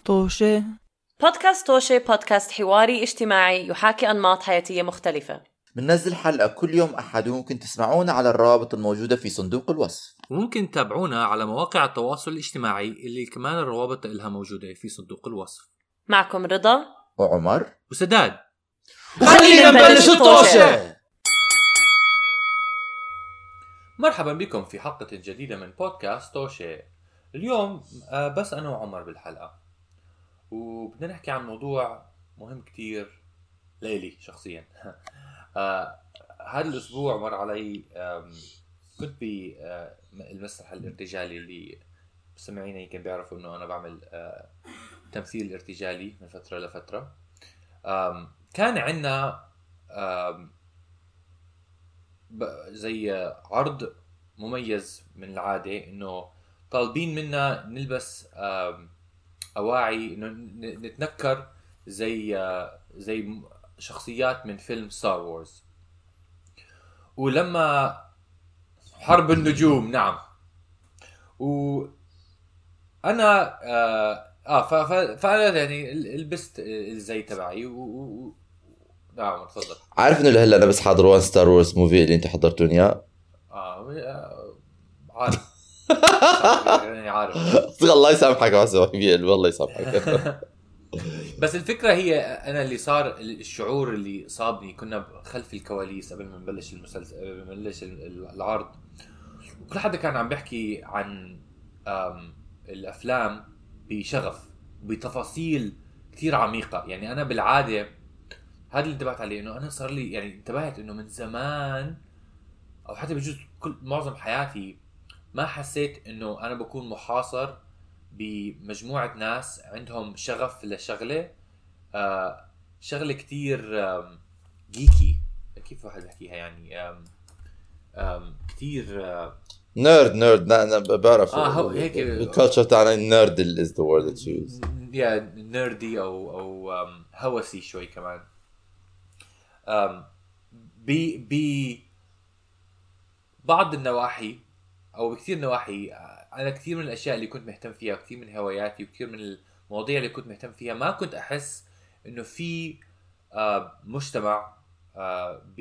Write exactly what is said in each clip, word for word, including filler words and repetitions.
طوشة. بودكاست طوشة بودكاست حواري اجتماعي يحاكي أنماط حياتية مختلفة. بننزل حلقة كل يوم أحد، وممكن تسمعونا على الروابط الموجودة في صندوق الوصف، وممكن تتابعونا على مواقع التواصل الاجتماعي اللي كمان الروابط إلها موجودة في صندوق الوصف. معكم رضا وعمر وسداد. خلينا نبلش الطوشة. مرحبا بكم في حلقة جديدة من بودكاست طوشة. اليوم بس أنا وعمر بالحلقة، وبدنا نحكي عن موضوع مهم كتير لإلي شخصيا. هذا الأسبوع مر علي، كنت بالمسرح الارتجالي اللي سمعينا يمكن بيعرفوا إنه أنا بعمل تمثيل ارتجالي من فترة لفترة. كان عنا زي عرض مميز من العادة، إنه طالبين منا نلبس أواعي، إنه نتنكر زي زي شخصيات من فيلم ستار وورز. ولما حرب النجوم، نعم. وأنا آه, آه فأنا يعني لبست الزي تبعي و... و... نعم تفضل. عارف إنه هلا أنا بس حاضر وان ستار وورز موفي اللي أنت حضرتون إياه. آه عارف. يعني عارف. الله يسامحك والله يسامحك. بس الفكرة هي أنا اللي صار الشعور اللي صابني، كنا خلف الكواليس قبل ما نبلش المسلسل، قبل ما نبلش العرض، وكل حدا كان عم بيحكي عن الأفلام بشغف بتفاصيل كتير عميقة. يعني أنا بالعادة هذا اللي انتبهت عليه، إنه أنا صار لي يعني انتبهت إنه من زمان أو حتى بجوز كل معظم حياتي ما حسيت إنه أنا بكون محاصر بمجموعة ناس عندهم شغف للشغلة، آه شغلة كتير آم جيكي، كيف واحد بحكيها يعني آم آم كتير آه نيرد نيرد أنا بعرف آه هو هيك الكالتشر تاعنا نيرد is the word that you use. يا نيردي أو أو هوسي شوي كمان. آم بي بي بعض النواحي أو بكثير نواحي، أنا كثير من الأشياء اللي كنت مهتم فيها، كثير من هواياتي وكثير من المواضيع اللي كنت مهتم فيها، ما كنت أحس إنه في مجتمع ب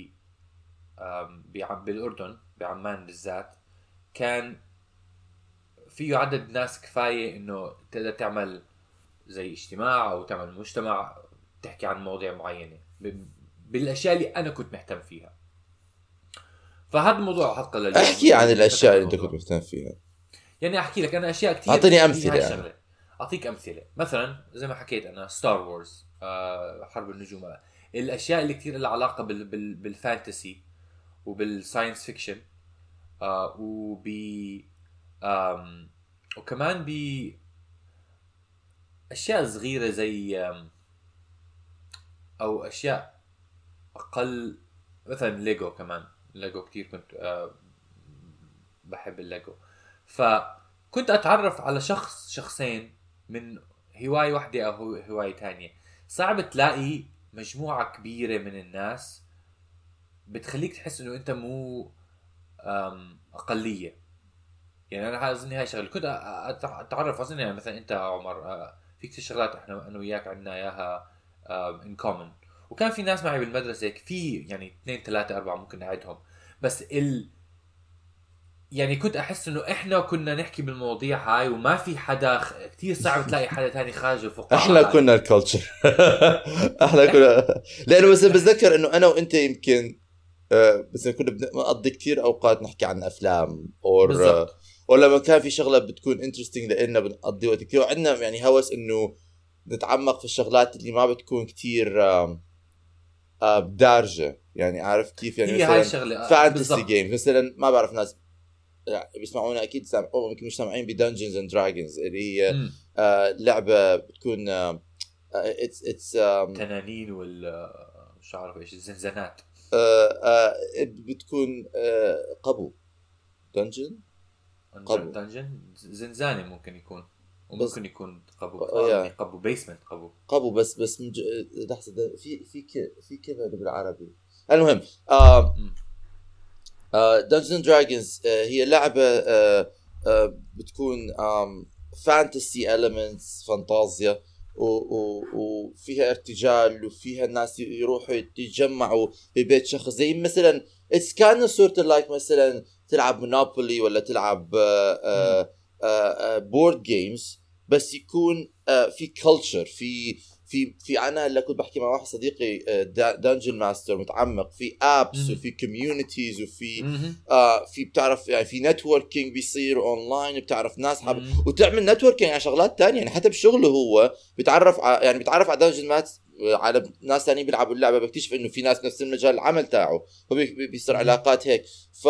بالأردن بعمان بالذات كان فيه عدد ناس كفاية إنه تقدر تعمل زي اجتماع أو تعمل مجتمع تحكي عن مواضيع معينة بالأشياء اللي أنا كنت مهتم فيها. فهذا الموضوع حلقة لليوم. احكي عن الاشياء اللي انت كنت مهتم فيها. يعني احكي لك انا اشياء كثير. اعطيني امثله يعني. اعطيك امثله. مثلا زي ما حكيت انا ستار وورز، آه حرب النجوم، الاشياء اللي كثير لها علاقه بال بال بالفانتسي وبالساينس فيكشن، آه وب آم وكمان ب اشياء صغيره زي او اشياء اقل، مثلا ليجو. كمان ليجو كتير كنت أه بحب الليجو. فكنت أتعرف على شخص شخصين من هواية واحدة أو هواية تانية. صعب تلاقي مجموعة كبيرة من الناس بتخليك تحس إنه أنت مو أقلية. يعني أنا أظن هاي شغلة كنت أتعرف، أظن يعني مثلا أنت عمر في كتير شغلات إحنا أنا وياك عنا إياها in common. وكان في ناس معي بالمدرسة في يعني اثنين ثلاثة أربعة ممكن نعدهم، بس ال يعني كنت أحس إنه إحنا كنا نحكي بالمواضيع هاي وما في حدا خ... كتير صعب تلاقي حدا تاني خارج الفقاعة. إحنا كنا الكالتشر. إحنا كنا لأنه بس بتذكر إنه أنا وأنت يمكن آه بس كنا بنقضي كتير أوقات نحكي عن أفلام أو آه ولا ما كان في شغلة بتكون interesting لأننا بنقضي وقت كتير، وعندنا يعني هوس إنه نتعمق في الشغلات اللي ما بتكون كتير آه آه دارجة. يعني عارف كيف يعني هي هاي الشغلة فانتسي جيمز مثلا. ما بعرف ناس بيسمعونا أكيد سامعوا ممكن مش سامعين بدنجنز اند دراجونز اللي هي آه لعبة بتكون آه it's it's um تنانين وال مش عارف إيش الزنزانات. آه آه بتكون آه قبو دنجن قبو دنجن زنزانة ممكن يكون، وممكن يكون قبو آه قبو بيسمنت قبو قبو بس بس مج... لحظة في في ك... في كلمة بالعربي. المهم آه آه Dungeons and Dragons آه هي لعبة آه آه بتكون آه فانتسي elements فانتازيا وفيها ارتجال وفيها الناس يروحوا يتجمعوا ببيت شخص زي مثلا it's kind of sort of like مثلا تلعب مونوبولي ولا تلعب بورد جيمز بس يكون uh, في culture في في في انا اللي كنت بحكي مع واحد صديقي دانجن ماستر متعمق في ابس وفي كوميونيتيز وفي آه في بتعرف يعني في نتوركينج بيصير اونلاين بتعرف ناس حاب وتعمل نتوركينج على شغلات تانية يعني حتى بشغله هو بيتعرف ع... يعني بيتعرف على دانجن ماستر على ناس ثانيين بيلعبوا اللعبه بيكتشف انه في ناس نفس المجال العمل تاعه فبيصير علاقات هيك ف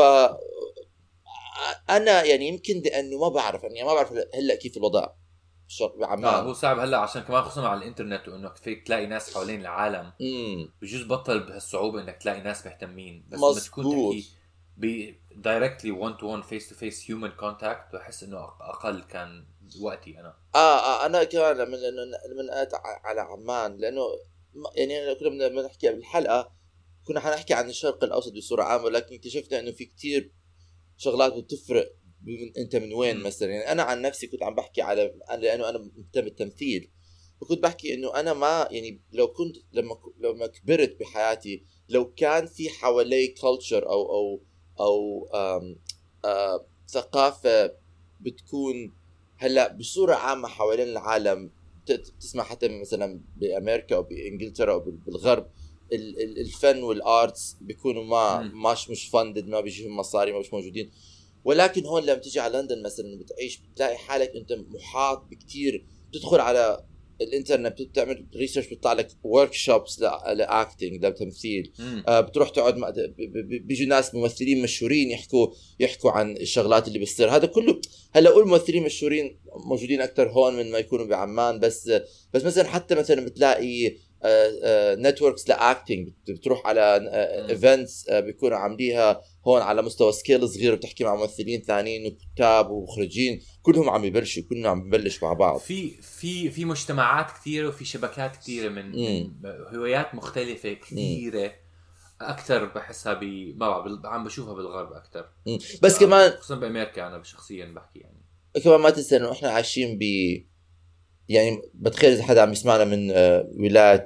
انا يعني يمكن لانه ما بعرف يعني ما بعرف هلا كيف الوضع اه هو صعب هلا عشان كمان خصوصا على الانترنت وانه فيك تلاقي ناس حوالين العالم بجوز بطل بهالصعوبه انك تلاقي ناس مهتمين بس لما تكون تحكي ب directly one to one face to face human contact بحس انه اقل كان وقتي انا اه, آه انا كمان من من على عمان لانه يعني كنا بنحكي بالحلقه كنا حنحكي عن الشرق الاوسط بصوره عامه ولكن اكتشفنا انه في كتير شغلات بتفرق من انت من وين م. مثلا يعني انا عن نفسي كنت عم بحكي على لانه انا مهتم بالتمثيل وكنت بحكي انه انا ما يعني لو كنت لما لما كبرت بحياتي لو كان في حوالي كلتشر او او او آم آم ثقافه بتكون هلا بصوره عامه حوالين العالم تسمع حتى مثلا بامريكا او بانجلترا او بالغرب الفن والارتس بيكونوا ما م. ماش مش فاندد ما بيجيهم مصاري ما مش موجودين ولكن هون لما تيجي على لندن مثلا بتعيش بتلاقي حالك انت محاط بكتير بتدخل على الانترنت بتعمل ريسيرش بيطلع لك ورك شوبس لاكتنج لتمثيل آه بتروح تقعد مع بيجوا ناس ممثلين مشهورين يحكوا يحكوا عن الشغلات اللي بتصير هذا كله هلا اقول ممثلين مشهورين موجودين اكثر هون من ما يكونوا بعمان بس بس مثلا حتى مثلا بتلاقي نتوركس لاكتنج بتروح على ايفنتس بيكونوا عامليها هون على مستوى سكيل صغير وبتحكي مع ممثلين ثانيين وكتاب ومخرجين كلهم عم يبلشوا كلهم عم يبلش مع بعض في في في مجتمعات كثيره وفي شبكات كثيره من, من هوايات مختلفه كثيره اكثر بحسها ب ما عم بشوفها بالغرب اكثر بس كمان خصوصا بامريكا انا شخصيا بحكي يعني كمان ما تنسى انه احنا عايشين ب يعني بتخيل اذا حدا عم يسمعنا من ولايه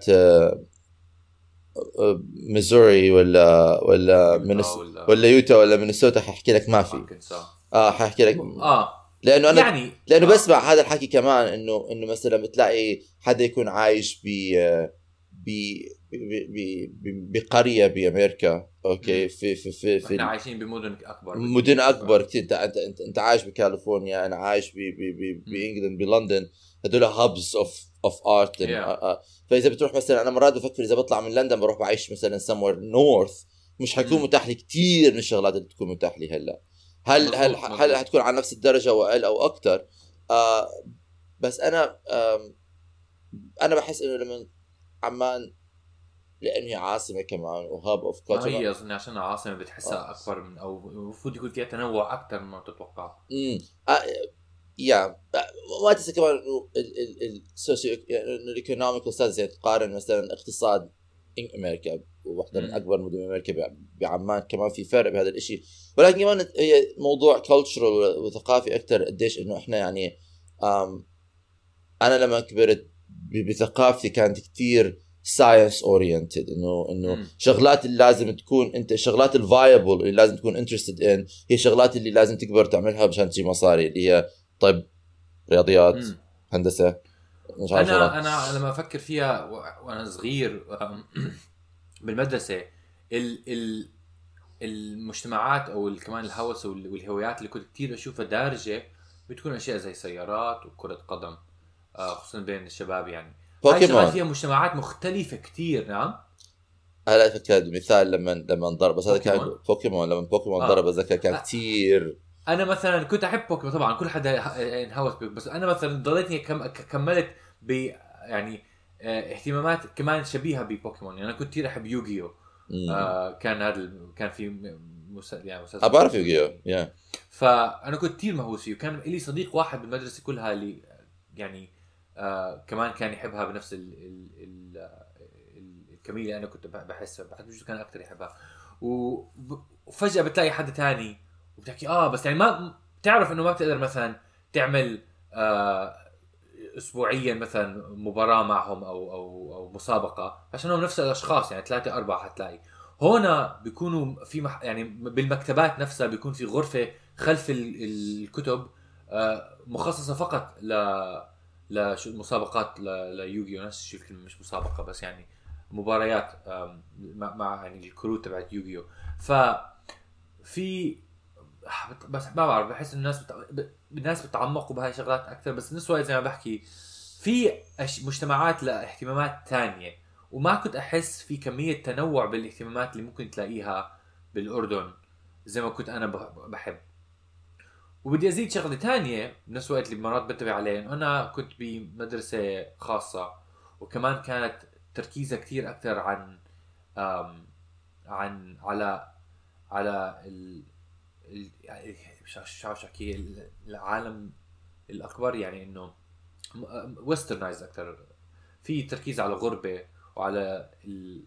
ميزوري ولا ولا من ولا, ولا يوتا ولا مينيسوتا حاحكي لك ما في اه حاحكي لك اه لانه انا يعني لانه آه. بسمع هذا الحكي كمان انه انه مثلا بتلاقي حدا يكون عايش ب ب بقريه بامريكا اوكي في في في احنا عايشين بمدن اكبر مدن اكبر كثير انت انت انت عايش بكاليفورنيا انا عايش ب ب بانجلند بلندن هدول هابز اوف اوف ارت فاذا بتروح مثلا انا مرات بفكر اذا بطلع من لندن بروح بعيش مثلا somewhere north مش حيكون متاح لي كثير من الشغلات اللي تكون متاح لي هلا هل هل هل حتكون على نفس الدرجه واقل او اكثر آه بس انا آه انا بحس انه لما عمان لانه هي عاصمه كمان وهاب اوف كلتشر هي اظن عشان عاصمه بتحسها آه. اكبر من او المفروض يكون فيها تنوع اكثر مما تتوقع امم آه يا ما تنسى كمان انه السوسيو الايكونوميكال ستاتس يعني تقارن مثلا اقتصاد امريكا وواحده من اكبر مدن امريكا بعمان كمان في فرق بهذا الاشي ولكن كمان هي موضوع كلتشرال وثقافي اكثر قديش انه احنا يعني انا لما كبرت بثقافتي كانت كتير ساينس اورينتد انه انه شغلات اللي لازم تكون انت شغلات الفايبل اللي لازم تكون انترستد ان هي شغلات اللي لازم تكبر تعملها عشان تجيب مصاري اللي هي طب رياضيات مم. هندسه مش عارف انا انا لما افكر فيها وانا صغير بالمدرسه ال ال المجتمعات او كمان الهوس والهوايات اللي كنت كتير اشوفها دارجه بتكون اشياء زي سيارات وكره قدم خصوصا بين الشباب يعني هاي شغلات فيها مجتمعات مختلفه كتير. نعم هلا فكرت مثال لما لما انضرب بس هذا كان بوكيمون لما بوكيمون آه. ضرب ذكر كان كتير انا مثلا كنت احب بوكيمون طبعا كل حدا انهوس بس انا مثلا ضليتني كملت ب يعني اهتمامات كمان شبيهه ببوكيمون يعني انا كنت كثير احب يوغيو آه كان هذا كان في مسلسل يعني مسلسل بعرف يوغيو يا فانا كنت كثير مهووس فيه وكان لي صديق واحد بالمدرسه كلها اللي يعني آه كمان كان يحبها بنفس ال ال ال الكميه اللي انا كنت بحسها بحس كان اكثر يحبها وفجاه بتلاقي حد تاني وبتحكي اه بس يعني ما بتعرف انه ما بتقدر مثلا تعمل آه اسبوعيا مثلا مباراه معهم او او او مسابقه، عشانهم نفس الاشخاص يعني ثلاثه اربعه حتلاقي. هنا بيكونوا في مح... يعني بالمكتبات نفسها بيكون في غرفه خلف ال... الكتب آه مخصصه فقط ل لمسابقات ل... ليوغيو، نفس الشيء الكلمه مش مسابقه بس يعني مباريات آه مع... مع يعني الكروت تبعت يوغيو. ف في بس ما بعرف، بحس إن الناس بت... الناس بتعمقوا بهاي الشغلات اكثر، بس نسوى زي ما بحكي في أش... مجتمعات لاهتمامات تانية، وما كنت احس في كمية تنوع بالاهتمامات اللي ممكن تلاقيها بالاردن زي ما كنت انا بحب. وبدي ازيد شغله تانية بنفس الوقت اللي مرات بنتبه عليه، انه انا كنت بمدرسه خاصه، وكمان كانت تركيزها كتير اكثر عن أم... عن على على ال مش عارف شو احكي، العالم الاكبر يعني انه ويسترنايز اكثر، في تركيز على الغربه وعلى ال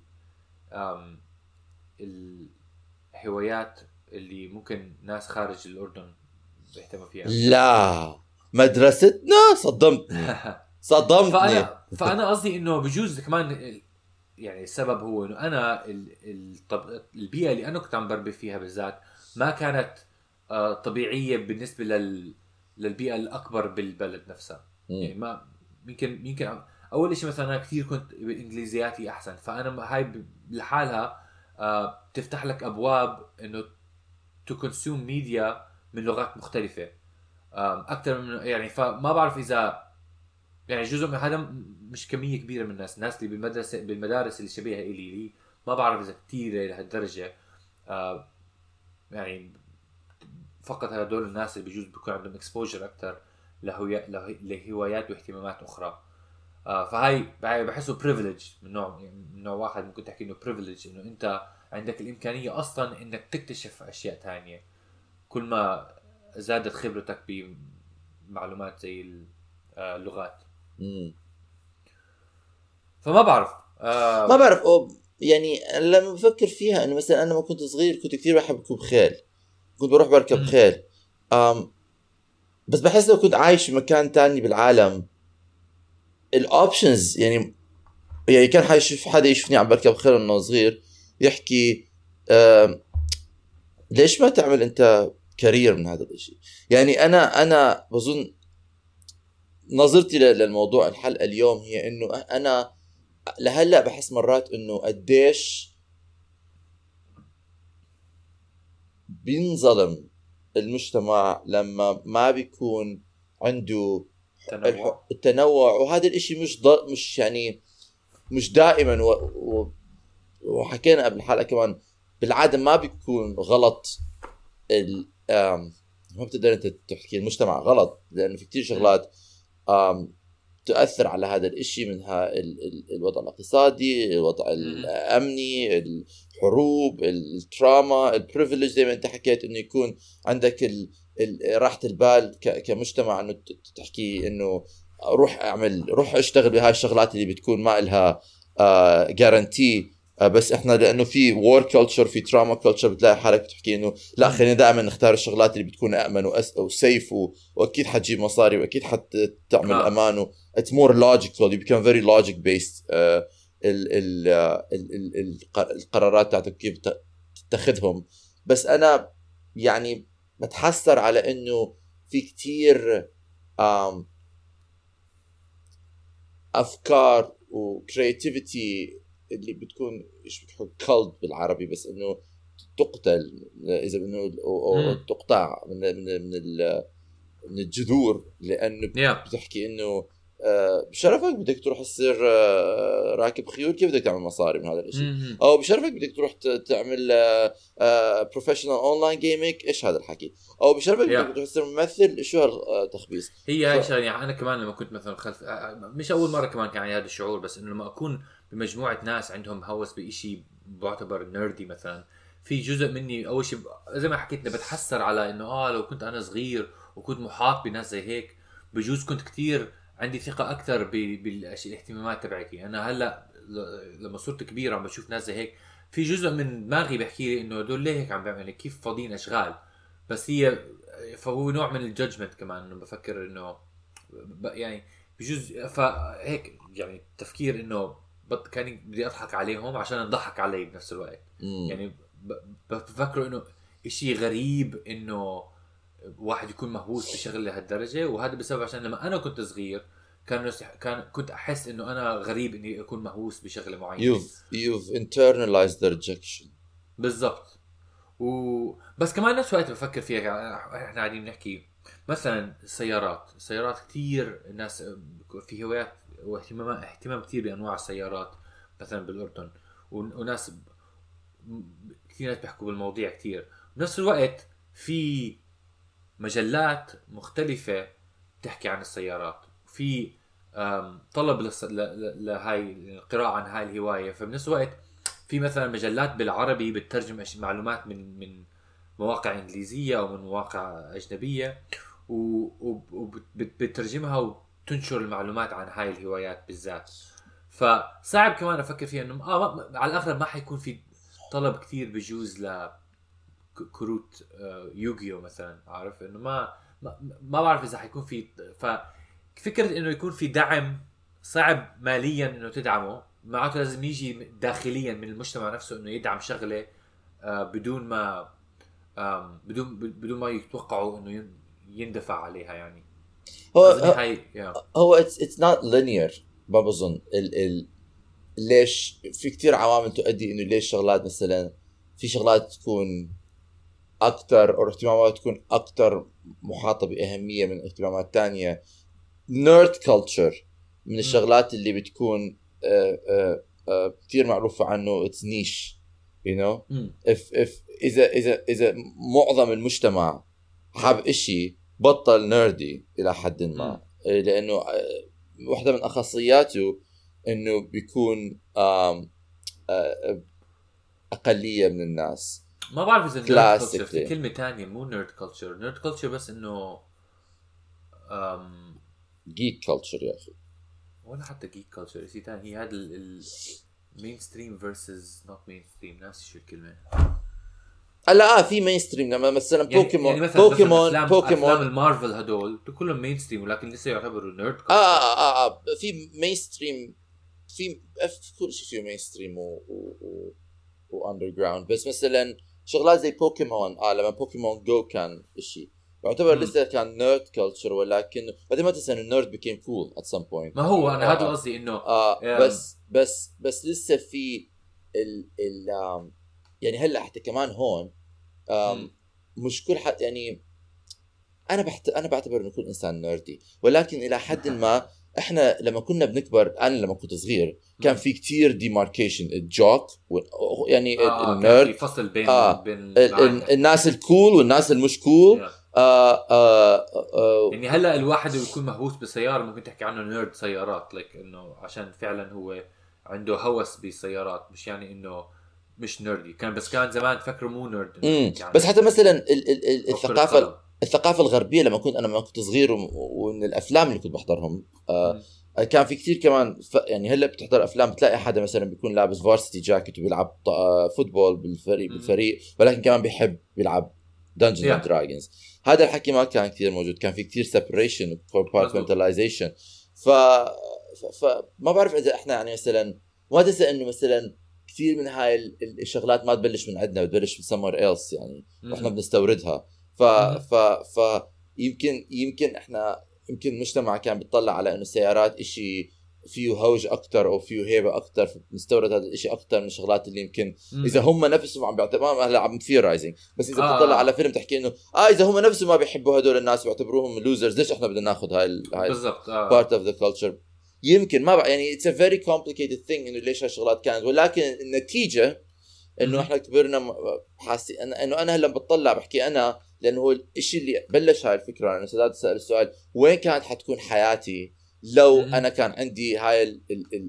الهوايات اللي ممكن ناس خارج الاردن بيهتموا فيها. لا مدرستنا صدمتني صدمتني. فانا فانا قصدي انه بجوز كمان يعني السبب هو انه انا البيئه اللي انا كنت عم بربي فيها بالذات ما كانت طبيعيه بالنسبه لل للبيئه الاكبر بالبلد نفسها. يعني ما يمكن يمكن اول شيء مثلا انا كثير كنت بانجليزياتي احسن، فانا هاي لحالها بتفتح لك ابواب انه تو كونسيوم ميديا من لغات مختلفه اكثر من يعني. فما بعرف اذا يعني جزء من هذا مش كميه كبيره من الناس الناس اللي بالمدرسه بالمدارس اللي شبيهه الي لي ما بعرف اذا كثير لهالدرجه آه يعني فقط هدول الناس اللي بيجوز بيكون عندهم اكسبوجر اكثر لهويات لهوايات واهتمامات اخرى. آه فهاي بحسه بريفليج من نوع من نوع واحد ممكن تحكي انه بريفليج انه انت عندك الامكانيه اصلا انك تكتشف اشياء تانية كل ما زادت خبرتك بمعلومات زي اللغات. مم. فما بعرف آه ما بعرف أو يعني لما بفكر فيها انه مثلا انا ما كنت صغير كنت كثير بحب ركوب خيل، كنت بروح بركب خيل. أم بس بحس لو كنت عايش في مكان تاني بالعالم الاوبشنز يعني يعني كان حيشوف حدا يشوفني عم بركب خيل انه صغير يحكي ليش ما تعمل انت كارير من هذا الشيء. يعني انا انا بظن نظرتي للموضوع الحلقة اليوم هي انه انا لهلأ بحس مرات انه قديش بينظلم المجتمع لما ما بيكون عنده تنوع. التنوع، وهذا الاشي مش ض... مش يعني مش دائما و... و... وحكينا قبل الحلقة كمان بالعادة ما بيكون غلط ال... آم... ما بتقدر انت تحكي المجتمع غلط لانه في كتير شغلات آم... تؤثر على هذا الاشي منها ال... ال... الوضع الاقتصادي، الوضع الامني، الحروب، التراما، البريفيليج زي ما انت حكيت انه يكون عندك ال... ال... راحة البال ك... كمجتمع انه تحكي انه روح اعمل روح اشتغل بهاي الشغلات اللي بتكون ما لها جارانتي. آه بس احنا لانه في وور كلتشر في تراما كلتشر بتلاقي حالك بتحكي انه لا خلينا دائما نختار الشغلات اللي بتكون امن وأس وسيف و... واكيد حتجيب مصاري واكيد حتعمل آه. امان و... it's more logical you become very logic based. آه ال... ال... ال... ال... القرارات تاعتك كيف تتخذهم. بس انا يعني بتحسر على انه في كتير آم افكار وكرياتيفيتي اللي بتكون ايش بتحكي كولد بالعربي بس انه تقتل اذا انه او تقطع من من من من الجذور لانه yeah. بتحكي انه بشرفك بدك تروح تصير راكب خيول كيف بدك تعمل مصاري من هذا الشيء mm-hmm. او بشرفك بدك تروح تعمل بروفيشنال اونلاين جيمينج ايش هذا الحكي او بشرفك yeah. بدك تروح تصير ممثل شو هالتخبيص. هي هاي ف... يعني انا كمان لما كنت مثلا خلف مش اول مره كمان كان عندي هذا الشعور بس انه لما اكون بمجموعه ناس عندهم هوس بشيء بعتبر نيردي مثلا في جزء مني اول شيء زي ما حكيت بتحسر على انه اه لو كنت انا صغير وكنت محاط بناس زي هيك بجوز كنت كتير عندي ثقة أكثر بالاهتمامات تبعتي. أنا هلا لما صرت كبير عم بشوف ناس زي هيك في جزء من دماغي بحكي لي إنه دول ليه هيك عم بيعملوا كيف فاضيين أشغال. بس هي فهو نوع من الجادجمنت كمان إنه بفكر إنه يعني بجوز فهيك يعني تفكير انه كان بدي اضحك عليهم عشان نضحك علي بنفس الوقت. مم. يعني بفكروا انه اشي غريب انه واحد يكون مهووس بشغل لهالدرجة، وهذا بسبب عشان لما انا كنت صغير كان كان كنت احس انه انا غريب اني اكون مهووس بشغله معينه. you've you've internalized the rejection. بالضبط. وبس كمان نفس الوقت بفكر فيها، احنا قاعدين نحكي مثلا السيارات السيارات كتير الناس في هوايات واهتمام اهتمام كتير بانواع السيارات مثلا بالاردن، وناس كثير ناس بيحكوا بالمواضيع كتير. بنفس الوقت في مجلات مختلفة تحكي عن السيارات، في طلب لص... ل... لهاي القراءة عن هاي الهواية. فبنفس الوقت في مثلا مجلات بالعربي بتترجم معلومات من من مواقع إنجليزية أو من مواقع أجنبية وبتترجمها و... وتنشر المعلومات عن هاي الهوايات بالذات. فصعب كمان أفكر فيها إنه آه ما... على الأغلب ما حيكون في طلب كتير بجوز ل كروت يوغيو مثلا، عارف انه ما ما, ما بعرف اذا حيكون في. ففكره انه يكون في دعم صعب ماليا انه تدعمه، معناته لازم يجي داخليا من المجتمع نفسه انه يدعم شغله بدون ما بدون بدون ما يتوقعوا انه يندفع عليها. يعني هو هاي هو it's it's not linear. ما بظن ال ال ليش في كتير عوامل تؤدي انه ليش شغلات مثلا في شغلات تكون أكتر أو اهتمامات تكون أكتر محاطة بأهمية من اهتمامات تانية. nerd culture من الشغلات اللي بتكون آآ آآ كتير معروفة عنه it's niche you know. if if إذا إذا إذا معظم المجتمع حاب إشي بطل نيردي إلى حد ما، لأنه واحدة من أخصائياته إنه بيكون أقلية من الناس. ما بعرف إذا نيرد كلتشر في كلمة تانية، مو نيرد كلتشر. نيرد كلتشر بس إنه أم جيك كلتشر يا أخي، ولا حتى جيك كلتشر شيء تاني. هي هذا ال مين ستريم versus not مين ستريم، ناسي شو الكلمة. هلا اه في مين ستريم لما مثلا يعني بوكيمون يعني مثلا بوكيمون مثلاً بوكيمون أفلام المارفل هدول كلهم مين ستريم ولكن لسه يعتبروا نيرد كلتشر. آه, آه, آه, اه في مين ستريم، في كل شيء فيه مين ستريم و و واندرجراوند. بس مثلا شغلات زي بوكيمون اه لما بوكيمون جو كان شيء يعتبر لسه كان نيرد كلتشر، ولكن بعدين ما تنسى انه النيرد became cool at some point. ما هو انا هذا قصدي انه آه بس بس بس لسه في ال ال يعني هلا حتى كمان هون مش كل حد يعني انا بحت انا بعتبر انه كل انسان نيردي، ولكن الى حد ما احنا لما كنا بنكبر، انا لما كنت صغير كان في كتير ديماركيشن الجوك يعني آه النيرد في فصل بين آه بين الناس الكول والناس المش كول. آه آه آه يعني هلا الواحد يكون مهووس بالسيارة ممكن تحكي عنه نيرد سيارات، لك انه عشان فعلا هو عنده هوس بالسيارات، مش يعني انه مش نيردي. كان بس كان زمان تفكروا مو نيرد يعني بس حتى مثلا ال ال الثقافة الثقافة الغربية لما كنت أنا لما كنت صغير ومن الأفلام اللي كنت بحضرهم آه كان في كتير كمان ف... يعني هلا بتحضر أفلام بتلاقي حدا مثلا بيكون لابس فارسيتي جاكيت وبيلعب فوتبول بالفريق بالفريق ولكن كمان بيحب بيلعب Dungeons yeah. and Dragons. هذا الحكي ما كان كتير موجود، كان في كتير separation compartmentalization. ف... ف... فما بعرف إذا إحنا يعني مثلا ما تنسى إنه مثلا كثير من هاي الشغلات ما تبلش من عندنا، بتبلش من somewhere else يعني وإحنا بنستوردها. ف ف ف يمكن يمكن احنا يمكن مجتمع كان بيطلع على انه السيارات اشي فيه هوج اكتر او فيه هيبه اكتر، فبنستورد هذا الاشي اكتر من الشغلات اللي يمكن مم. اذا هم نفسهم عم بيعتبروها هلا عم ثيورايزنج. بس اذا آه. بتطلع على فيلم تحكي انه اه اذا هم نفسهم ما بيحبوا هدول الناس بيعتبروهم لوزرز، ليش احنا بدنا ناخذ هاي هاي بالضبط آه. part of the culture. يمكن ما بقى يعني it's a very complicated thing انه ليش هالشغلات كانت، ولكن النتيجه انه احنا كبرنا حاسين انه انا هلا بتطلع بحكي انا لانه هو الشيء اللي بلش هاي الفكره انه سداد سأل السؤال وين كانت حتكون حياتي لو م- انا كان عندي هاي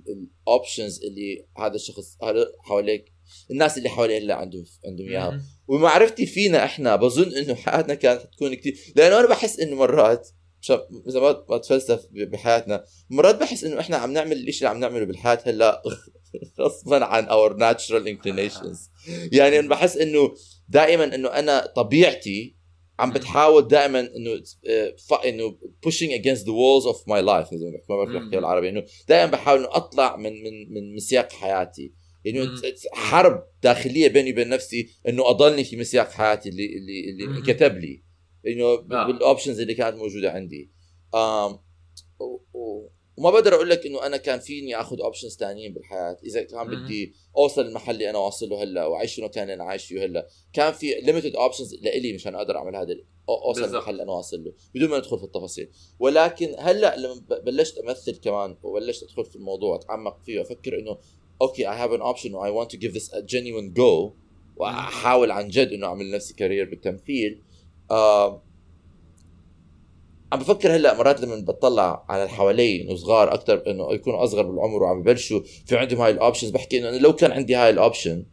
الاوبشنز اللي هذا الشخص هذا حواليك الناس اللي حواليه اللي عندهم عندهم اياها. ومعرفتي فينا احنا بظن انه حياتنا كانت حتكون كتير، لانه انا بحس انه مرات اذا ما بتفلسف بحياتنا مرات بحس انه احنا عم نعمل الاشي اللي عم نعمله بالحياه هلا غصبا عن our natural inclinations. يعني انا بحس انه دائما انه انا طبيعتي عم بتحاول دائما انه انه pushing against the walls of my life زي ما بحكي بحكي بالعربي انه دائما بحاول انه اطلع من من من مسياق حياتي يعني حرب داخليه بيني وبين نفسي انه اضلني في مسياق حياتي اللي اللي اللي كتب لي انه بالاوبشنز اللي كانت موجوده عندي. آم وما بقدر اقول لك انه انا كان فيني اخذ اوبشنز ثانيين بالحياه اذا كان بدي اوصل المحل اللي انا واصل له هلا واعيش شنو كان انا عايش فيه هلا. كان في ليميتد اوبشنز لإلي مشان اقدر اعمل هذا اوصل المحل اللي انا واصل له بدون ما ندخل في التفاصيل. ولكن هلا لما بلشت امثل كمان وبلشت ادخل في الموضوع اتعمق فيه وافكر انه اوكي I have an option and I want to give this a genuine go واحاول عن جد انه اعمل نفسي كارير بالتمثيل. آه عم بفكر هلا مرات لما بتطلع على الحوالي انه صغار اكثر انه يكونوا اصغر بالعمر وعم يبلشوا في عندهم هاي الاوبشنز بحكي انه لو كان عندي هاي الاوبشن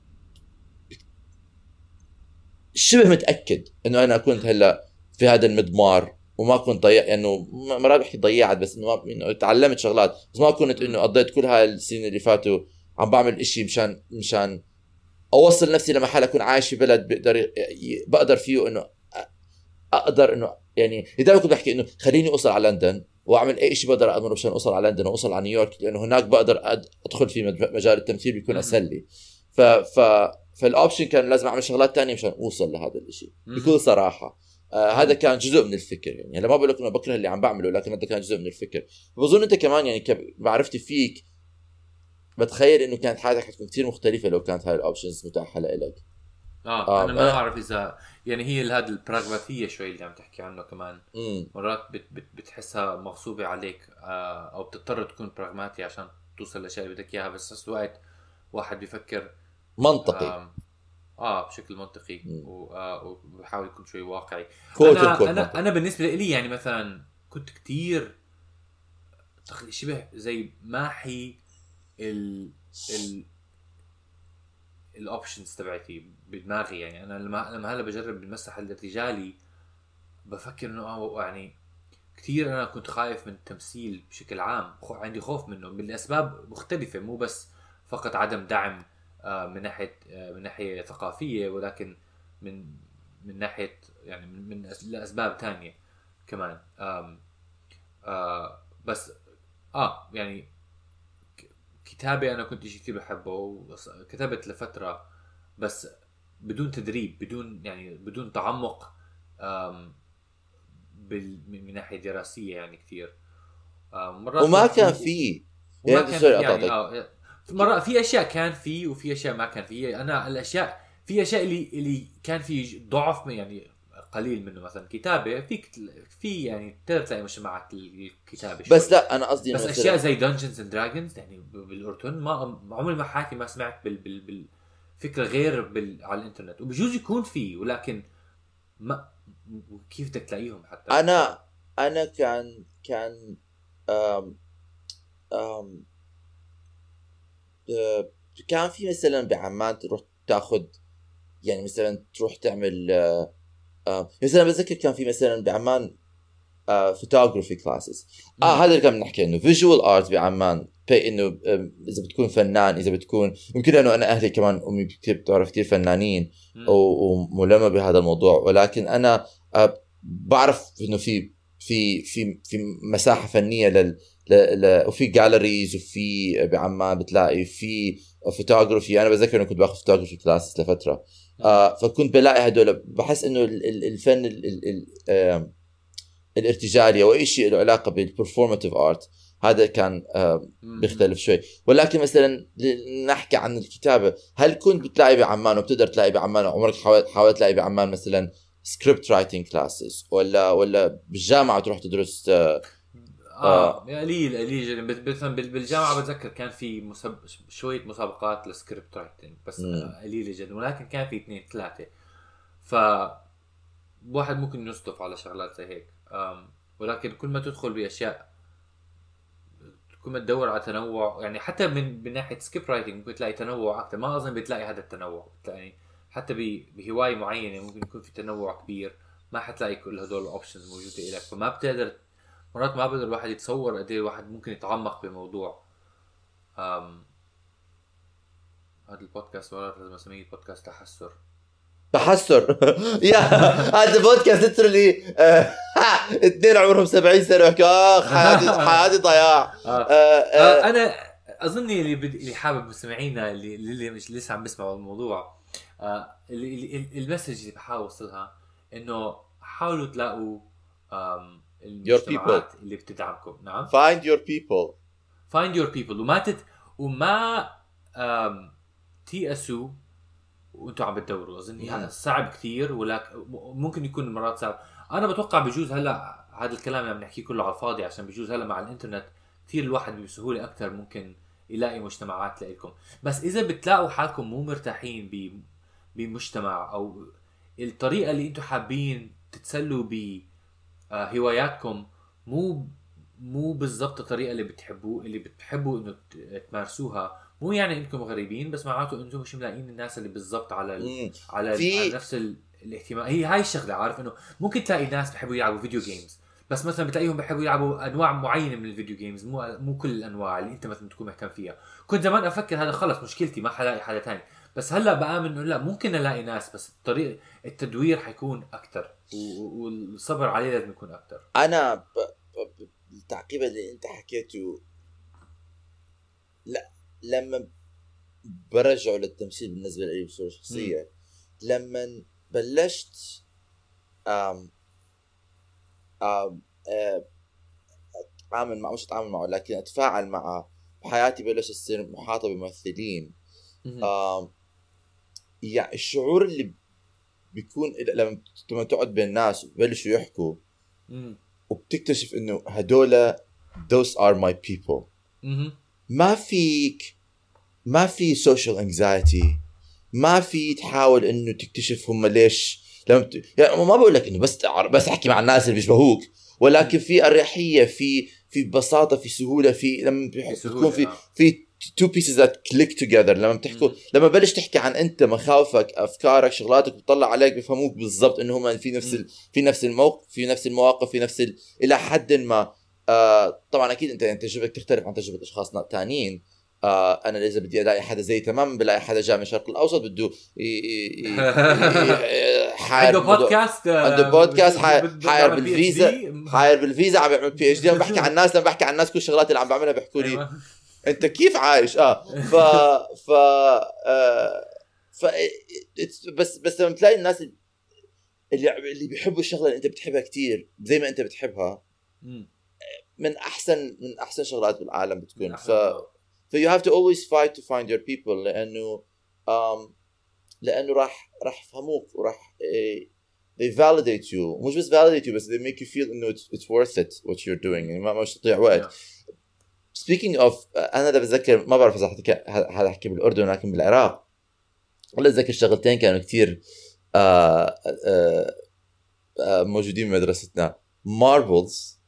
شبه متاكد انه انا كنت هلا في هذا المضمار وما كنت ضيع انه يعني مرات بحكي ضيعت بس انه ما انه تعلمت شغلات بس ما كنت انه قضيت كل هاي السنين اللي فاتوا عم بعمل إشي مشان مشان اوصل نفسي لمحل اكون عايش في بلد بقدر بقدر فيه انه اقدر انه يعني دائما كنت بحكي انه خليني اوصل على لندن واعمل اي شيء بقدر اعمله مشان اوصل على لندن واوصل على نيويورك لانه هناك بقدر ادخل في مجال التمثيل بيكون اسهل لي. ف ف فالاوبشن كان لازم اعمل شغلات تانية مشان اوصل لهذا الشيء بكل صراحه. آه هذا كان جزء من الفكر يعني هلا ما بقول لك انه بكره اللي عم بعمله لكن هذا كان جزء من الفكر. بظن انت كمان يعني معرفتي فيك بتخيل انه كانت حياتك حتكون كثير مختلفه لو كانت هاي الاوبشنز متاحه لك. اه, آه انا ما اعرف اذا يعني هي هذه البراغماتيه شوي اللي عم تحكي عنه كمان مم. مرات بت بت بتحسها مغصوبه عليك آه او بتضطر تكون براغماتي عشان توصل للاشياء اللي بدك اياها بس نفس الوقت واحد بيفكر منطقي آه, اه بشكل منطقي وبحاول يكون شوي واقعي. انا انا انا بالنسبه لي يعني مثلا كنت كتير شبه زي ماحي ال ال الاوبشنز تبعتي بدماغي يعني انا لما لما هلا بجرب بالمسرح الارتجالي بفكر انه يعني كثير انا كنت خايف من التمثيل بشكل عام عندي خوف منه بالاسباب مختلفه مو بس فقط عدم دعم من ناحيه من ناحيه ثقافيه ولكن من من ناحيه يعني من الاسباب ثانيه كمان آم آه بس اه يعني كتابة أنا كنت شيء كتير بحبه كتبت لفترة بس بدون تدريب بدون يعني بدون تعمق من ناحية دراسية يعني كتير مرات وما كان فيه وما كان فيه يعني آه مرات في أشياء كان فيه وفي أشياء ما كان فيه. أنا الأشياء في أشياء اللي اللي كان فيه ضعف يعني قليل منه مثلا كتابة فيك في يعني تقدر تلاقي مش معك الكتابة شوي. بس لا أنا قصدي بس أشياء زي Dungeons and Dragons يعني بالأردن ما عمري ما حياتي ما سمعت بال بال بالفكرة غير بال على الإنترنت وبجوز يكون فيه ولكن ما كيف بدك تلاقيهم حتى. أنا أنا كان كان أم أم كان في مثلا بعمان تروح تاخذ يعني مثلا تروح تعمل آه مثلا بذكر كان في مثلا بعمان فوتوغرافي uh, كلاسز اه هذا اللي كنا بنحكي انه فيجوال ارت بعمان انه اذا بتكون فنان اذا بتكون يمكن انه انا اهلي كمان امي كثير بتعرف كثير فنانين وملمه بهذا الموضوع ولكن انا آه بعرف انه في في في في مساحه فنيه لل ل... وفي جاليريز وفي بعمان بتلاقي في فوتوغرافي. انا بذكر انه كنت باخذ فوتوغرافي كلاسز لفتره آه فكنت بلاقي هدول بحس انه الفن ال ال ال الارتجالي او اي شيء له علاقه بالبرفورماتيف ارت هذا كان آه بيختلف شوي. ولكن مثلا نحكي عن الكتابه هل كنت بتلاقي بعمان وبتقدر تلاقي بعمان عمرك حاولت حاولت تلاقي بعمان مثلا سكريبت رايتنج كلاسز ولا ولا بالجامعه تروح تدرس آه اه قليل قليل مثلا بالجامعه بتذكر كان في مسب... شويه مسابقات للسكريبت رايتنج بس قليله جدا ولكن كان في اثنين ثلاثه ف واحد ممكن يصدف على شغلات زي هيك ولكن كل ما تدخل باشياء كل ما تدور على تنوع يعني حتى من من ناحيه سكريبت رايتنج ممكن تلاقي تنوع اكثر. ما اظن بتلاقي هذا التنوع يعني حتى بهوايه معينه ممكن يكون في تنوع كبير ما حتلاقي كل هدول الاوبشنز موجوده لك فما بتقدر مرات ما بقدر الواحد يتصور قد ايه الواحد ممكن يتعمق بموضوع. أم... هذا البودكاست ولا لازم اسميه بودكاست تحسر تحسر. يا هذا بودكاست ليترلي اثنين عمرهم سبعين سنة اخ حياتي حياتي ضياع. انا اظن اللي بدي اللي حابب مستمعينا اللي اللي مش لسه عم بيسمعوا الموضوع المسج اللي بحاول اوصلها انه حاولوا تلاقوا المجتمعات اللي بتدعمكم. نعم find your people find your people وما تت وما تيأسوا وانتوا عم بتدوروا. اظن هذا صعب كثير ولكن ممكن يكون مرات صعب. انا بتوقع بجوز هلا هذا الكلام اللي عم نحكيه كله على الفاضي عشان بجوز هلا مع الانترنت كثير الواحد بسهوله اكثر ممكن يلاقي مجتمعات لكم. بس اذا بتلاقوا حالكم مو مرتاحين ب بمجتمع او الطريقه اللي انتوا حابين تتسلوا ب هواياتكم مو مو بالضبط الطريقه اللي بتحبوا اللي بتحبوا انه تمارسوها، مو يعني انكم غريبين بس معناته انتم مش ملاقين الناس اللي بالضبط على ال... على, ال... على نفس ال... الاهتمام. هي هاي الشغله، عارف انه ممكن تلاقي ناس بيحبوا يلعبوا فيديو جيمز بس مثلا بتلاقيهم بيحبوا يلعبوا انواع معينه من الفيديو جيمز، مو مو كل الانواع اللي انت مثلا تكون مهتم فيها. كنت زمان افكر هذا خلص مشكلتي ما حلاقي حدا تاني، بس هلا بآمن انه لا ممكن الاقي ناس بس الطريق التدوير حيكون اكثر والصبر عليه لازم يكون اكثر. انا ب... ب... التعقيب اللي انت حكيته لا لما برجعوا للتمثيل بالنسبه لي بصوره شخصيه لما بلشت أم أم اتعامل مع مش اتعامل معه لكن اتفاعل مع بحياتي بلشت تصير محاطه بممثلين. أم يعني الشعور اللي بيكون لما لما تقعد بين الناس وبلشوا يحكوا وبتكتشف انه هدول those are my people. ما فيك ما في social anxiety، ما في تحاول انه تكتشف هم ليش لما ت... يعني ما بقول لك انه بس بس احكي مع الناس اللي بيشبهوك، ولكن في اريحيه، في في بساطه، في سهوله، في لما بتكون في في two pieces that click together. لما بتحكوا لما بلش تحكي عن انت مخاوفك افكارك شغلاتك بتطلع عليك بيفهموك بالضبط انه هم في نفس ال... في نفس الموقف في نفس المواقف في نفس ال... الى حد ما. آه طبعا اكيد انت انت تجربتك تختلف عن تجربه اشخاص ثانيين. آه انا اذا بدي الاقي حدا زي تماما بلاقي حدا جاي من الشرق الاوسط بده عنده بودكاست عنده بودكاست حاير بالفيزا حاير بالفيزا عم بيعمل بي اتش دي. بحكي عن الناس لما بحكي عن الناس كل الشغلات اللي عم بعملها بيحكوا لي انت كيف عايش. اه ف ف آه ف بس بس لما تلاقي الناس اللي اللي بيحبوا الشغله اللي انت بتحبها كتير زي ما انت بتحبها من احسن من احسن شغلات بالعالم بتكون. ف so you have to always fight to find your people لانه um, لانه راح راح يفهموك وراح eh, they validate you. مش بس validate you بس they make you feel انه it's, it's worth it what you're doing. يعني ما مش تضيع وقت. yeah. speaking of انا ده بتذكر ما بعرف اذا حكي هذا احكي بالاردن لكن بالعراق ولا اتذكر شغلتين كانوا كتير آه آه آه موجودين بمدرستنا. ماربلز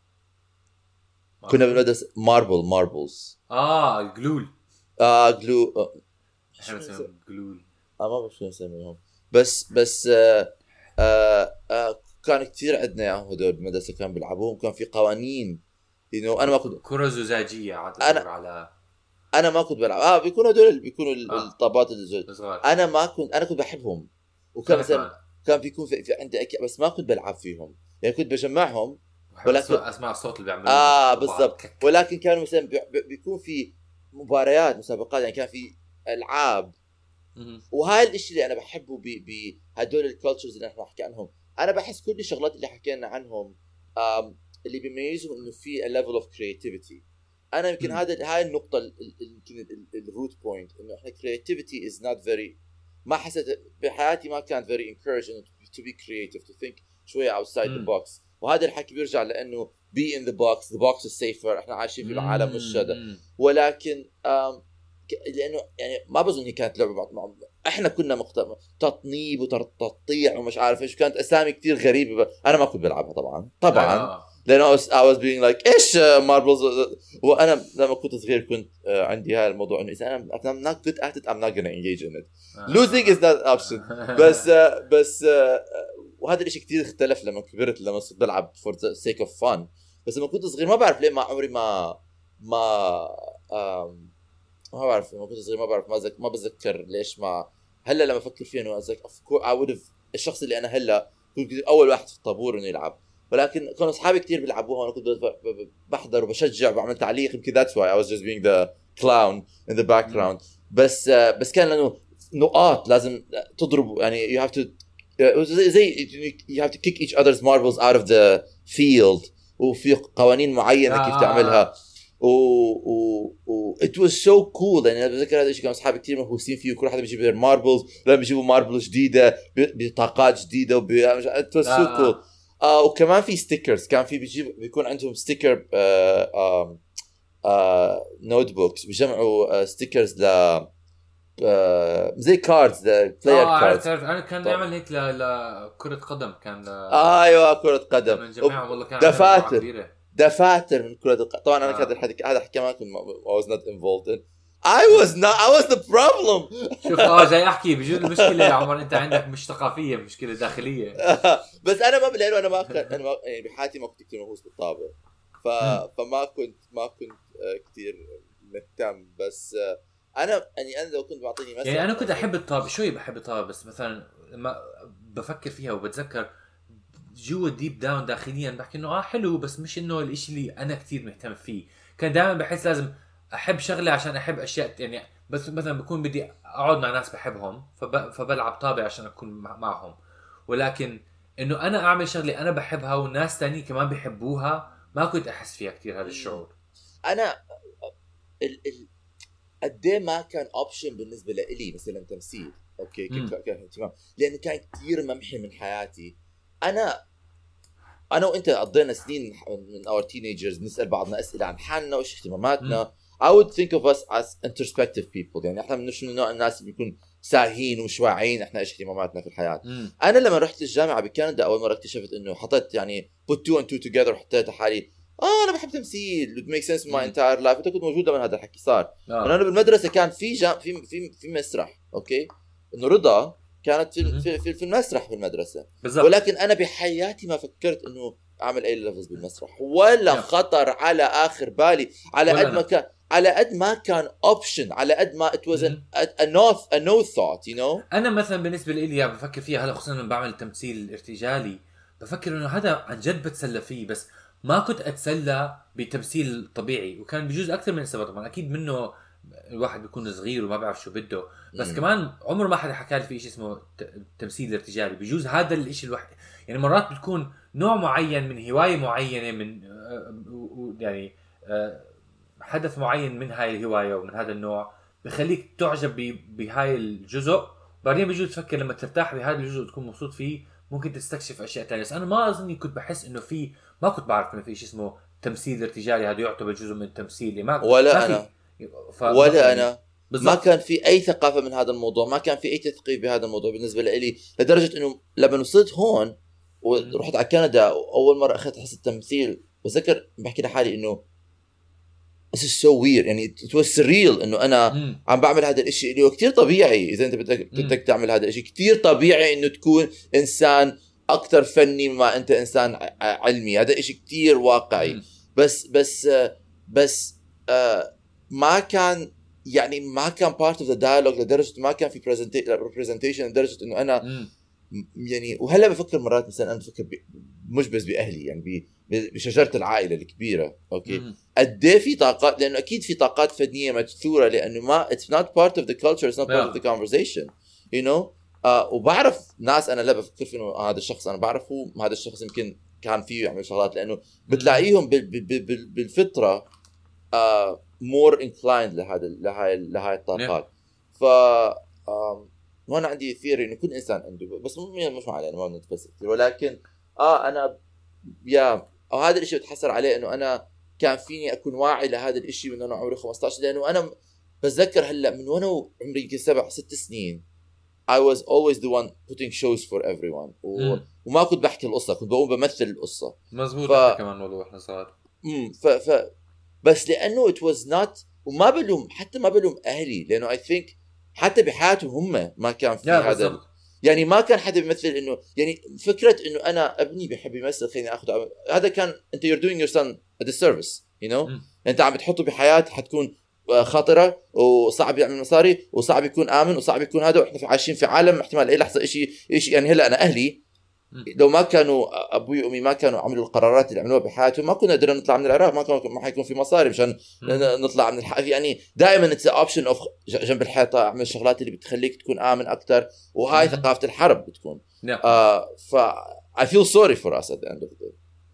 كنا بالمدرسة ماربل ماربلز اه جلول اه جلو آه. احنا بنسميهم جلول اه ما بعرف شو نسميهم بس بس آه آه آه كان كتير عندنا يا هدول بالمدرسة كانوا بيلعبوهم. كان في قوانين انه انا ما كنت كرة زجاجية عاد أنا... على انا ما كنت بلعب اه بيكونوا هدول اللي بيكونوا آه. الطابات الصغار. انا ما كنت انا كنت بحبهم وكان مثلا كان بيكون في, في عندي أكي... بس ما كنت بلعب فيهم يعني كنت بجمعهم ولكن اسمع الصوت اللي بيعملوه اه بالضبط. ولكن كانوا مثلا بي... بيكون في مباريات مسابقات يعني كان في العاب وهاي الاشي اللي انا بحبه بهدول الكالتشرز اللي احنا نحكي عنهم. انا بحس كل الشغلات اللي حكينا عنهم اللي بيميزهم انه في a level of creativity. انا يمكن هذا هاي النقطه يمكن الروت بوينت انه احنا creativity is not very ما حسيت بحياتي ما كانت very encouraged to be creative to think شويه outside the box. وهذا الحكي بيرجع لانه be in the box the box is safer. احنا عايشين في العالم مش هذا ولكن لانه يعني ما بظن هي كانت لعبه مع احنا كنا مقتنع تطنيب وتقطيع ومش عارف ايش كانت اسامي كتير غريبه. انا ما كنت بلعبها طبعا طبعا لانه I was being like ايش ماربلز. وانا لما كنت صغير كنت عندي هذا الموضوع انه اذا انا I'm not good at it I'm not gonna engage in it. losing is not option. بس بس وهذا الاشي كتير اختلف لما كبرت لما صرت بلعب for the sake of fun. بس لما كنت صغير ما بعرف ليه ما عمري ما ما ما بعرف لما كنت صغير ما بعرف ما زك ما بتذكر ليش ما هلا لما افكر فيه انه ازك I would have الشخص اللي انا هلا كنت اول واحد في الطابور انه يلعب، ولكن كانوا اصحابي كتير بيلعبوها وانا كنت بحضر وبشجع وبعمل تعليق. يمكن that's why I was just being the clown in the background. بس بس كان لانه نقاط لازم تضرب يعني you have to زي you have to kick each other's marbles out of the field وفي قوانين معينة كيف تعملها و و و it was so cool. يعني أنا بذكر هذا الشيء كانوا أصحابي كتير مهووسين فيه وكل حدا بيجيب ماربلز لما بيجيبوا ماربل جديدة بطاقات جديدة وب... it was so cool. آه وكمان في ستيكرز كان في بيجيب بيكون عندهم ستيكر آه آه آه نوت بوكس بيجمعوا آه ستيكرز ل آه زي كاردز ذا بلاير كاردز. انا كان نعمل هيك لكرة قدم كان ل... ايوه كرة قدم والله كان دفاتر دفاتر من كرة القدم. طبعا انا هذا الحكي هذا حكي ما كنت I was not involved in. I was not I was the problem. شوف اه جاي احكي بجوز المشكله يا عمر انت عندك مش ثقافيه مشكله داخليه. بس انا ما لانه انا ما كان انا ما يعني بحياتي ما كنت كثير مهووس بالطابع ف... فما كنت ما كنت كثير مهتم. بس انا يعني انا لو كنت بعطيني مثلا يعني انا كنت احب الطابع شوي بحب الطابع بس مثلا لما بفكر فيها وبتذكر جوا ديب داون داخليا بحكي انه اه حلو بس مش انه الاشي اللي انا كتير مهتم فيه. كان دائما بحس لازم احب شغله عشان احب اشياء يعني بس مثلا بكون بدي اقعد مع ناس بحبهم فب... فبلعب طابع عشان اكون معهم. ولكن انه انا اعمل شغله انا بحبها والناس تاني كمان بيحبوها ما كنت احس فيها كتير هذا الشعور. انا ال ال قديه ما كان اوبشن بالنسبه لي مثلا تمثيل اوكي كيف كان اهتمام لانه كان كتير ممحي من حياتي. انا انا وانت قضينا سنين من اور تينيجرز نسال بعضنا اسئله عن حالنا وايش اهتماماتنا. I would think of us as introspective people. يعني احنا مش من نوع الناس اللي بيكون ساهين ومش واعيين احنا ايش اهتماماتنا في الحياه. مم. انا لما رحت للجامعه بكندا اول مره اكتشفت انه حطيت يعني put two and two together وحطيت حالي اه انا بحب تمثيل it makes sense in my entire life. انت كنت موجوده من هذا الحكي صار. آه. انا بالمدرسه كان في جام في في في مسرح اوكي انه رضا كانت في في, في المسرح في المدرسه بالزبط. ولكن انا بحياتي ما فكرت انه اعمل اي ليفلز بالمسرح ولا yeah. خطر على اخر بالي على قد ما كان على قد ما كان اوبشن على قد ما it was a, a no a no thought you know. انا مثلا بالنسبه لي بفكر فيها هلا خصوصا لما بعمل تمثيل ارتجالي بفكر انه هذا عن جد بتسلى فيه بس ما كنت اتسلى بتمثيل طبيعي. وكان بيجوز اكثر من سبب طبعا اكيد منه الواحد بيكون صغير وما بيعرف شو بده بس مم. كمان عمر ما حدا حكى لي في شيء اسمه تمثيل ارتجالي. بيجوز هذا الشيء الوحيد يعني مرات بتكون نوع معين من هوايه معينه من يعني حدث معين من هاي الهوايه ومن هذا النوع بخليك تعجب بهاي الجزء. بعدين بيجوز تفكر لما ترتاح بهذا الجزء وتكون مبسوط فيه ممكن تستكشف اشياء ثانيه. بس انا ما اظني كنت بحس انه في ما كنت بعرف انه في شيء اسمه تمثيل ارتجالي هذا يعتبر جزء من التمثيل ما ولا ما انا ف... ولا انا بالزبط. ما كان في اي ثقافه من هذا الموضوع ما كان في اي تثقيف بهذا الموضوع بالنسبه لي لدرجه انه لما وصلت هون ورحت على كندا اول مره اخذت حصه تمثيل بذكر بحكي لحالي انه this is so weird يعني it was surreal انه انا مم. عم بعمل هذا الاشي اللي هو كتير طبيعي. اذا انت بدك بدك تعمل هذا الاشي كتير طبيعي انه تكون انسان اكثر فني مما انت انسان علمي. هذا اشي كتير واقعي. مم. بس بس بس آه ما كان يعني ما كان part of the dialogue لدرجه ما كان في presentation لدرجه انه انا مم. يعني وهلا بفكر مرات مثلا انا بفكر مش بس باهلي يعني بشجره العائله الكبيره اوكي قد ايه في طاقات لانه اكيد في طاقات فنيه مكثوره لانه ما it's not part of the culture it's not part yeah. of the conversation you know. آه وبعرف ناس انا لا بفكر في انه هذا الشخص انا بعرفه هذا الشخص يمكن كان فيه يعمل شغلات لانه بتلاقيهم بالفطره آه more inclined لهذا لهاي لهاي الطاقات. yeah. ف آه وانا عندي ثيوري انه كل انسان عنده بس مش علينا ما بنتفلسف ولكن اه انا يا او هذا الشيء بتحسر عليه انه انا كان فيني اكون واعي لهذا الشيء من وانا عمري خمسة عشر لانه انا بتذكر هلا من وانا عمري يمكن سبع ست سنين I was always the one putting shows for everyone و... وما كنت بحكي القصه كنت بقوم بمثل القصه مزبوط. ف... كمان موضوع احنا صار امم ف... ف بس لانه it was not وما بلوم حتى ما بلوم اهلي لانه I think حتى بحياتهم هم ما كان في هذا ال... يعني ما كان حدا بيمثل انه يعني فكره انه انا ابني بيحب يمثل خليني اخذ هذا كان انت you're doing your son a disservice you know م. انت عم بتحطه بحياه حتكون خاطره وصعب يعمل مصاري وصعب يكون امن وصعب يكون هذا، واحنا في عايشين في عالم احتمال اي لحظه شيء شيء يعني. هلا انا اهلي لو ما كانوا ابوي وامي ما كانوا عملوا القرارات اللي عملوها بحياتهم ما كنا قدرنا نطلع من العراق، ما كان ما حيكون في مصاري مشان نطلع من الح... يعني دائما اتس اوبشن اوف جنب الحيطه اعمل الشغلات اللي بتخليك تكون امن اكثر، وهاي ثقافه الحرب بتكون آه ف I feel sorry for us at the end of the day.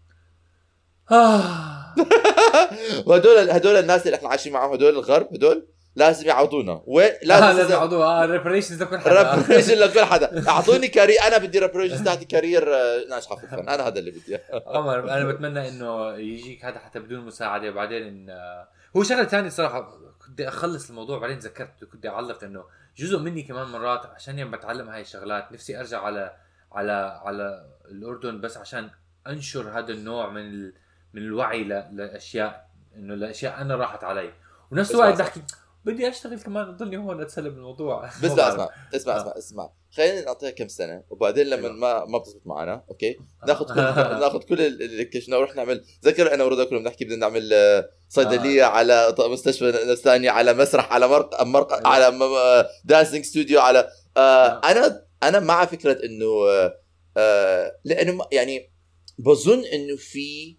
وهدول هدول الناس اللي احنا عايشين معهم هدول الغرب هدول لازم يعوضونا ولازم لازم يعوضونا اه ريبريشنز لكل حدا ريبريشن لكل حدا اعطوني كارير، انا بدي ريبريشن تاعتي كارير ناجحه في الفن، انا هذا اللي بدي. عمر انا بتمنى انه يجيك هذا حتى بدون مساعده. وبعدين إن هو شغله ثانيه صراحه كنت اخلص الموضوع بعدين ذكرت كنت اعلق انه جزء مني كمان مرات عشان يوم بتعلم هاي الشغلات نفسي ارجع على على على الاردن بس عشان انشر هذا النوع من ال... من الوعي ل... لاشياء انه الاشياء انا راحت علي، ونفس الوقت بحكي بدي اشتغل كمان اضلني هون اتسلى بالموضوع. بس لا اسمع اسمع اسمع اسمع خلينا نعطيها كم سنه وبعدين لما ما ما بتزبط معنا اوكي ناخذ كل ناخذ كل اللي كشنا ونروح نعمل ذكر انا ورضا كنا بنحكي بدنا نعمل صيدليه آه. على مستشفى ثاني على مسرح على مرق مرق على دانسينج ستوديو على آه انا انا مع فكره انه آه لانه يعني بظن انه في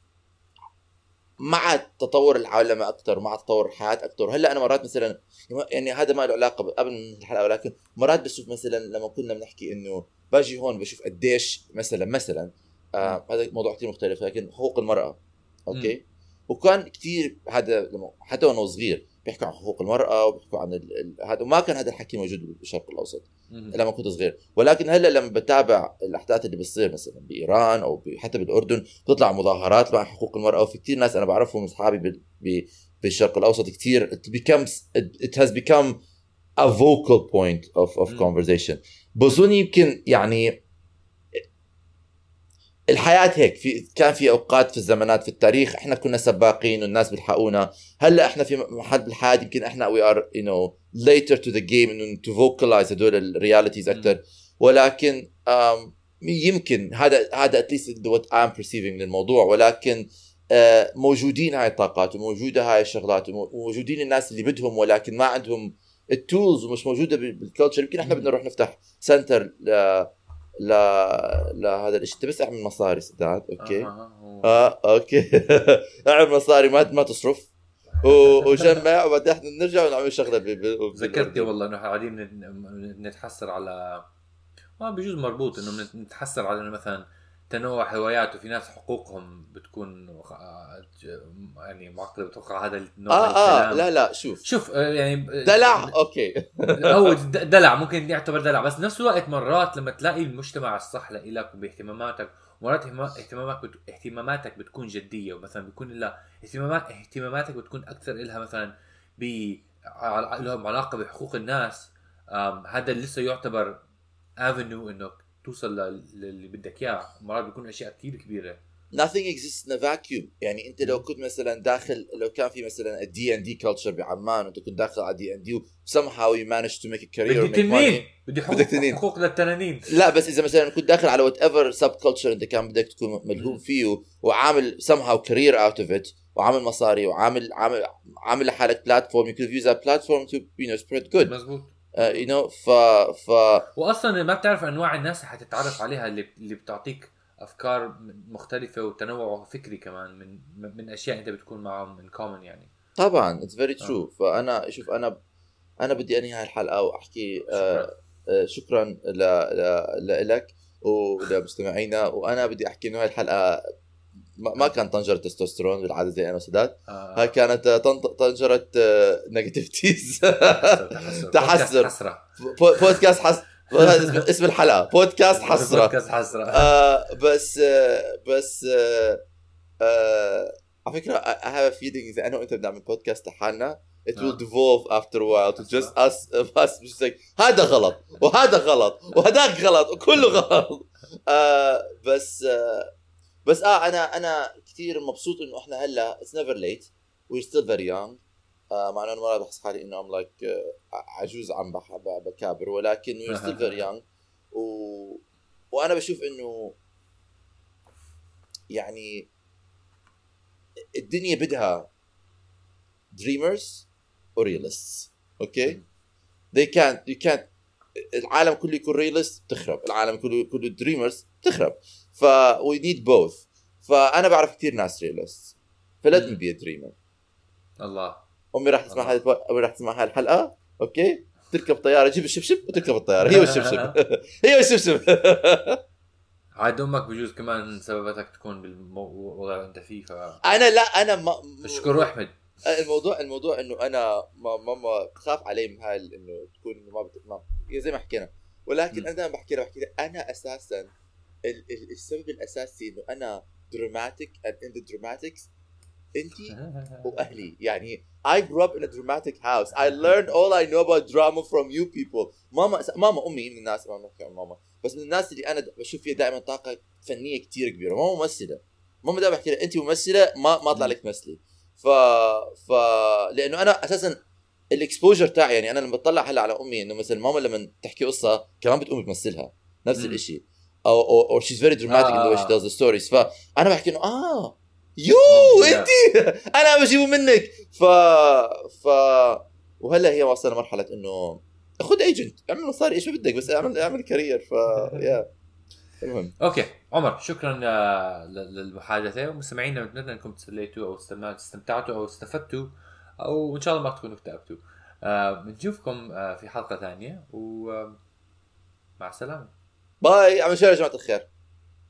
مع تطور العالم اكثر مع تطور الحياه اكثر. هلا انا مرات مثلا يعني هذا ما له علاقه قبل من الحلقه ولكن مرات بشوف مثلا لما كنا بنحكي انه باجي هون بشوف قديش مثلا مثلا آه هذا موضوع كثير مختلف لكن حقوق المراه اوكي م. وكان كثير هذا لما حتى وانا صغير بيحكوا عن حقوق المراه وبيحكوا عن هذا وما كان هذا الحكي موجود بالشرق الاوسط م. لما كنت صغير. ولكن هلا لما بتابع الاحداث اللي بتصير مثلا بايران او حتى بالاردن بتطلع مظاهرات مع حقوق المراه وفي كثير ناس انا بعرفهم اصحابي بالشرق الاوسط كثير it becomes it has become a vocal point of of م. conversation. بظن يمكن يعني الحياة هيك في كان في أوقات في الزمانات في التاريخ إحنا كنا سباقين والناس بيلحقونا. هلا إحنا في محل بالحياة يمكن إحنا we are you know later to the game إنه to vocalize هدول الرياليتيز أكتر. ولكن um, يمكن هذا هذا at least what I'm perceiving للموضوع. ولكن uh, موجودين هاي الطاقات وموجودة هاي الشغلات وموجودين الناس اللي بدهم ولكن ما عندهم التولز ومش موجودة بالكالتشر. يمكن إحنا بدنا نروح نفتح سنتر uh, لا لا هذا الاشي بس اعمل مصاري سداد اوكي اه, آه اوكي اعمل مصاري ما ما تصرف وجمع وبعدين احنا نرجع ونعمل شغله. ذكرتني والله انه قاعدين نتحسر على ما بيجوز مربوط انه نتحسر على مثلا تنوع هوايات وفي ناس حقوقهم بتكون يعني معقده بتوقع هذا النوع آه من الكلام. اه لا لا شوف شوف يعني دلع اوكي هو دلع ممكن يعتبر دلع بس نفس الوقت مرات لما تلاقي المجتمع الصح لك وباهتماماتك مرات اهتماماتك اهتماماتك بتكون جديه ومثلا بيكون لها اهتمامات اهتماماتك بتكون اكثر لها مثلا ب لهم علاقه بحقوق الناس. هذا لسه يعتبر افنيو انك توصل للي بدك اياه. مرات بيكون اشياء كثير كبيره. nothing exists in a vacuum. يعني انت لو كنت مثلا داخل لو كان في مثلا الدي ان دي كلتشر بعمان وانت كنت داخل على دي ان دي somehow you managed to make a career بدي تنين بدي حقوق, حقوق للتنانين. لا بس اذا مثلا كنت داخل على whatever sub culture انت كان بدك تكون ملهوم فيه وعامل somehow career out of it وعامل مصاري وعامل عامل عامل لحالك platform you could use that platform to you know spread good. مزبوط. uh, you know ف ف واصلا ما بتعرف انواع الناس اللي حتتعرف عليها اللي اللي بتعطيك افكار مختلفه وتنوع فكري كمان من من اشياء انت بتكون معهم من common يعني. طبعا it's very true. آه. فانا شوف انا انا بدي انهي هاي الحلقه واحكي شكرا, آه آه شكرا ل ل لك ولمستمعينا. وانا بدي احكي انه هاي الحلقه ما كان طنجره تستوستيرون بالعاده زي انا وسداد. آه. هاي كانت طنجره نيجاتيفيتيز تحسر بودكاست حس اسم, اسم الحلقه بودكاست حسره بودكاست حسره. آه بس آه بس آه آه على فكره I have a feeling اذا انا وانت بنعمل بودكاست لحالنا it will devolve after a while to just us us just like هذا غلط وهذا غلط وهذاك غلط وكله غلط. آه بس آه بس اه انا انا كثير مبسوط انه احنا هلا it's never late we're still very young. آه مع انه مرات بحس حالي انه I'm like uh, عجوز عم بكابر ولكن we're still very young. و... وانا بشوف انه يعني الدنيا بدها dreamers or realists. اوكي they can't you can't العالم كله يكون ريالست تخرب، العالم كله كله دريمرز تخرب. ف we need both. فانا بعرف كثير ناس ريالست فلازم بي دريمر. الله امي راح تسمع هذه امي راح تسمع هاي الحلقه. اوكي تركب طياره جيب الشبشب وتركب الطياره هي والشبشب هي والشبشب. عاد امك بجوز كمان سببتك تكون بالوضع اللي انت فيه. ف انا لا انا ما اشكر احمد. الموضوع الموضوع انه انا ما ماما تخاف علي من هاي انه تكون ما بتقنع زي ما حكينا، ولكن م. انا دائما بحكي لها بحكي لها انا اساسا ال- ال- السبب الاساسي انه انا دراماتيك and in the dramatics انتي واهلي. يعني I grew up in a dramatic house. I learned all I know about drama from you people. ماما ماما امي من الناس ما بحكي عن ماما بس من الناس اللي انا بشوف فيها دائما طاقه فنيه كتير كبيره. ماما ممثله، ماما دائما بحكي لها انت ممثله ما ما طلع لك تمثلي. ف ف لانه انا اساسا الاكسبوجر تاعي يعني انا لما بطلع هلا على امي انه مثلا ماما لما تحكي قصه كمان بتقوم تمثلها نفس الشيء او او she's very dramatic in the way she does the stories. فانا بحكي انه اه يو انت انا بجيبه منك. ف ف وهلا هي وصلنا مرحله انه خد ايجنت اعمل مصاري ايش بدك بس اعمل اعمل كارير. ف يا المهم اوكي عمر شكرا للمحادثه ومستمعينا، بنتمنى انكم تسليتوا او استمتعتوا او استفدتوا او ان شاء الله ما تكونوا اكتئبتوا. بنشوفكم في حلقه ثانيه ومع السلامه. باي. عم نشوف يا جماعه الخير.